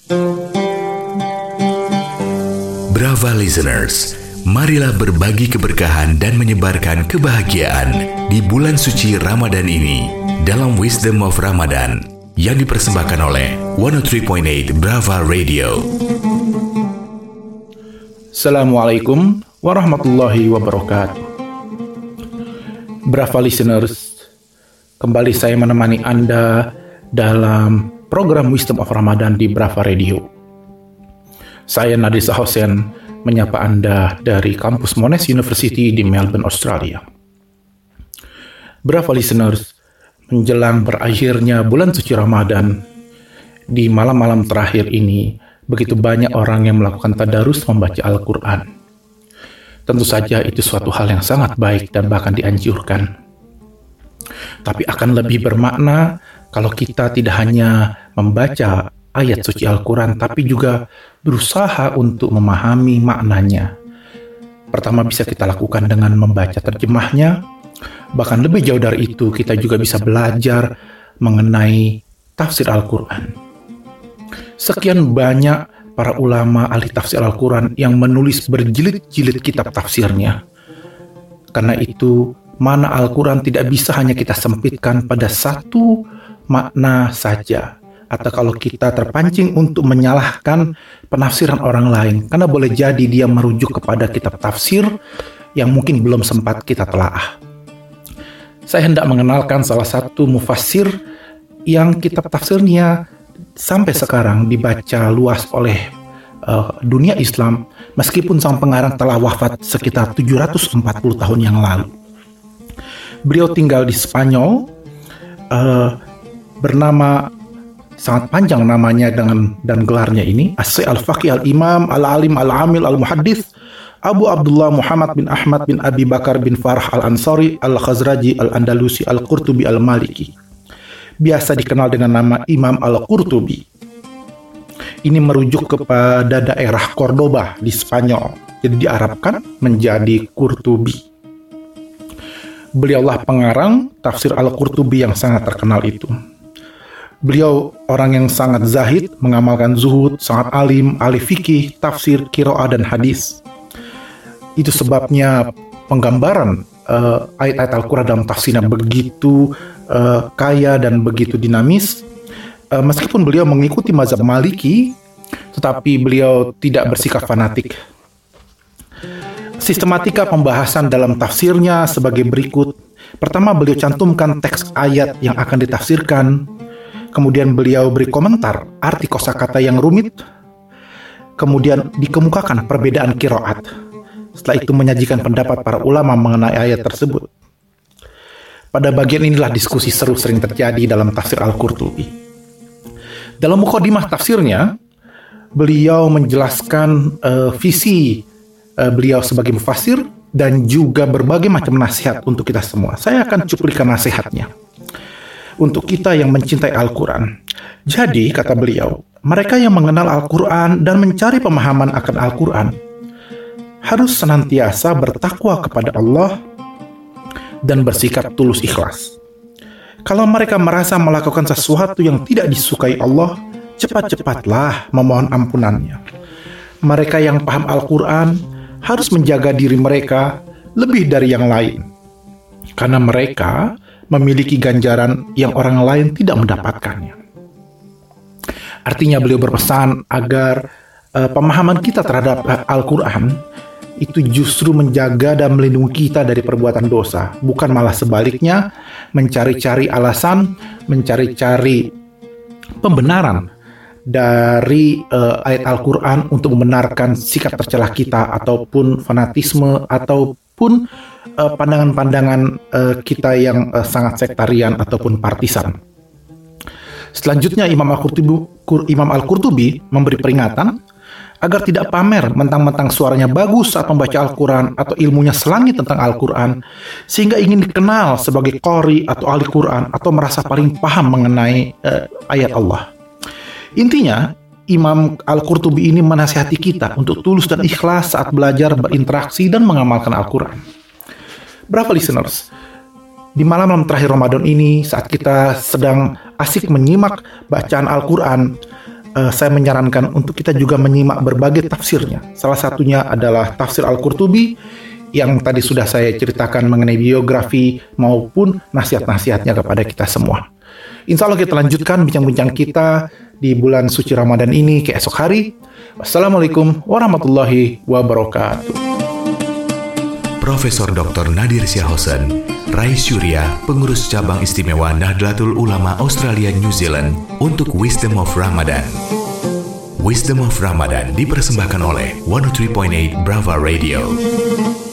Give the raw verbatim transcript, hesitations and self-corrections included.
Brava listeners, marilah berbagi keberkahan dan menyebarkan kebahagiaan di bulan suci Ramadan ini dalam Wisdom of Ramadan yang dipersembahkan oleh seratus tiga koma delapan Brava Radio. Assalamualaikum warahmatullahi wabarakatuh. Brava listeners, kembali saya menemani Anda dalam program Wisdom of Ramadan di Brava Radio. Saya Nadir Sahosen menyapa Anda dari kampus Monash University di Melbourne, Australia. Brava listeners, menjelang berakhirnya bulan suci Ramadan, di malam-malam terakhir ini, begitu banyak orang yang melakukan tadarus membaca Al-Quran. Tentu saja itu suatu hal yang sangat baik dan bahkan dianjurkan. Tapi akan lebih bermakna kalau kita tidak hanya membaca ayat suci Al-Quran, tapi juga berusaha untuk memahami maknanya. Pertama bisa kita lakukan dengan membaca terjemahnya, bahkan lebih jauh dari itu kita juga bisa belajar mengenai tafsir Al-Quran. Sekian banyak para ulama ahli tafsir Al-Quran yang menulis berjilid-jilid kitab tafsirnya. Karena itu, makna Al-Quran tidak bisa hanya kita sempitkan pada satu makna saja. Atau kalau kita terpancing untuk menyalahkan penafsiran orang lain, karena boleh jadi dia merujuk kepada kitab tafsir yang mungkin belum sempat kita telaah. Saya hendak mengenalkan salah satu mufassir yang kitab tafsirnya sampai sekarang dibaca luas oleh uh, dunia Islam, meskipun sang pengarang telah wafat sekitar tujuh ratus empat puluh tahun yang lalu. Beliau tinggal di Spanyol, uh, bernama sangat panjang namanya dengan dan gelarnya ini, As-Syekh Al-Faqih Al-Imam Al-Alim Al-Amil Al-Muhaddits Abu Abdullah Muhammad bin Ahmad bin Abi Bakar bin Farah Al-Ansari Al-Khazraji Al-Andalusi Al-Qurtubi Al-Maliki. Biasa dikenal dengan nama Imam Al-Qurtubi. Ini merujuk kepada daerah Cordoba di Spanyol. Jadi diarabkan menjadi Qurtubi. Beliaulah pengarang tafsir Al-Qurtubi yang sangat terkenal itu. Beliau orang yang sangat zahid, mengamalkan zuhud, sangat alim, ahli fikih, tafsir, qiraah dan hadis. Itu sebabnya penggambaran uh, ayat-ayat Al-Quran dalam tafsirnya begitu uh, kaya dan begitu dinamis. Uh, meskipun beliau mengikuti mazhab Maliki, tetapi beliau tidak bersikap fanatik. Sistematika pembahasan dalam tafsirnya sebagai berikut. Pertama, beliau cantumkan teks ayat yang akan ditafsirkan. Kemudian beliau beri komentar arti kosakata yang rumit. Kemudian dikemukakan perbedaan qiraat. Setelah itu menyajikan pendapat para ulama mengenai ayat tersebut. Pada bagian inilah diskusi seru sering terjadi dalam tafsir Al-Qurtubi. Dalam mukhodimah tafsirnya, beliau menjelaskan uh, visi uh, beliau sebagai mufassir dan juga berbagai macam nasihat untuk kita semua. Saya akan cuplikan nasihatnya untuk kita yang mencintai Al-Quran. Jadi, kata beliau, mereka yang mengenal Al-Quran dan mencari pemahaman akan Al-Quran harus senantiasa bertakwa kepada Allah dan bersikap tulus ikhlas. Kalau mereka merasa melakukan sesuatu yang tidak disukai Allah, cepat-cepatlah memohon ampunannya. Mereka yang paham Al-Quran harus menjaga diri mereka lebih dari yang lain, karena mereka memiliki ganjaran yang orang lain tidak mendapatkannya. Artinya beliau berpesan agar uh, pemahaman kita terhadap uh, Al-Quran itu justru menjaga dan melindungi kita dari perbuatan dosa, bukan malah sebaliknya mencari-cari alasan, mencari-cari pembenaran dari uh, ayat Al-Quran untuk membenarkan sikap tercela kita ataupun fanatisme ataupun Uh, pandangan-pandangan uh, kita yang uh, sangat sektarian ataupun partisan. Selanjutnya Imam Al-Qurtubi, Imam Al-Qurtubi memberi peringatan agar tidak pamer mentang-mentang suaranya bagus saat membaca Al-Quran atau ilmunya selangit tentang Al-Quran sehingga ingin dikenal sebagai qari atau ahli Quran atau merasa paling paham mengenai uh, ayat Allah. Intinya, Imam Al-Qurtubi ini menasihati kita untuk tulus dan ikhlas saat belajar, berinteraksi dan mengamalkan Al-Quran. Brava listeners, di malam-malam terakhir Ramadan ini, saat kita sedang asik menyimak bacaan Al-Quran, uh, saya menyarankan untuk kita juga menyimak berbagai tafsirnya. Salah satunya adalah tafsir Al-Qurtubi yang tadi sudah saya ceritakan mengenai biografi maupun nasihat-nasihatnya kepada kita semua. Insya Allah kita lanjutkan bincang-bincang kita di bulan suci Ramadan ini ke esok hari. Wassalamualaikum warahmatullahi wabarakatuh. Profesor Doktor Nadir Syahosen, Rais Syuriah, Pengurus Cabang Istimewa Nahdlatul Ulama Australia New Zealand untuk Wisdom of Ramadan. Wisdom of Ramadan dipersembahkan oleh seratus tiga koma delapan Brava Radio.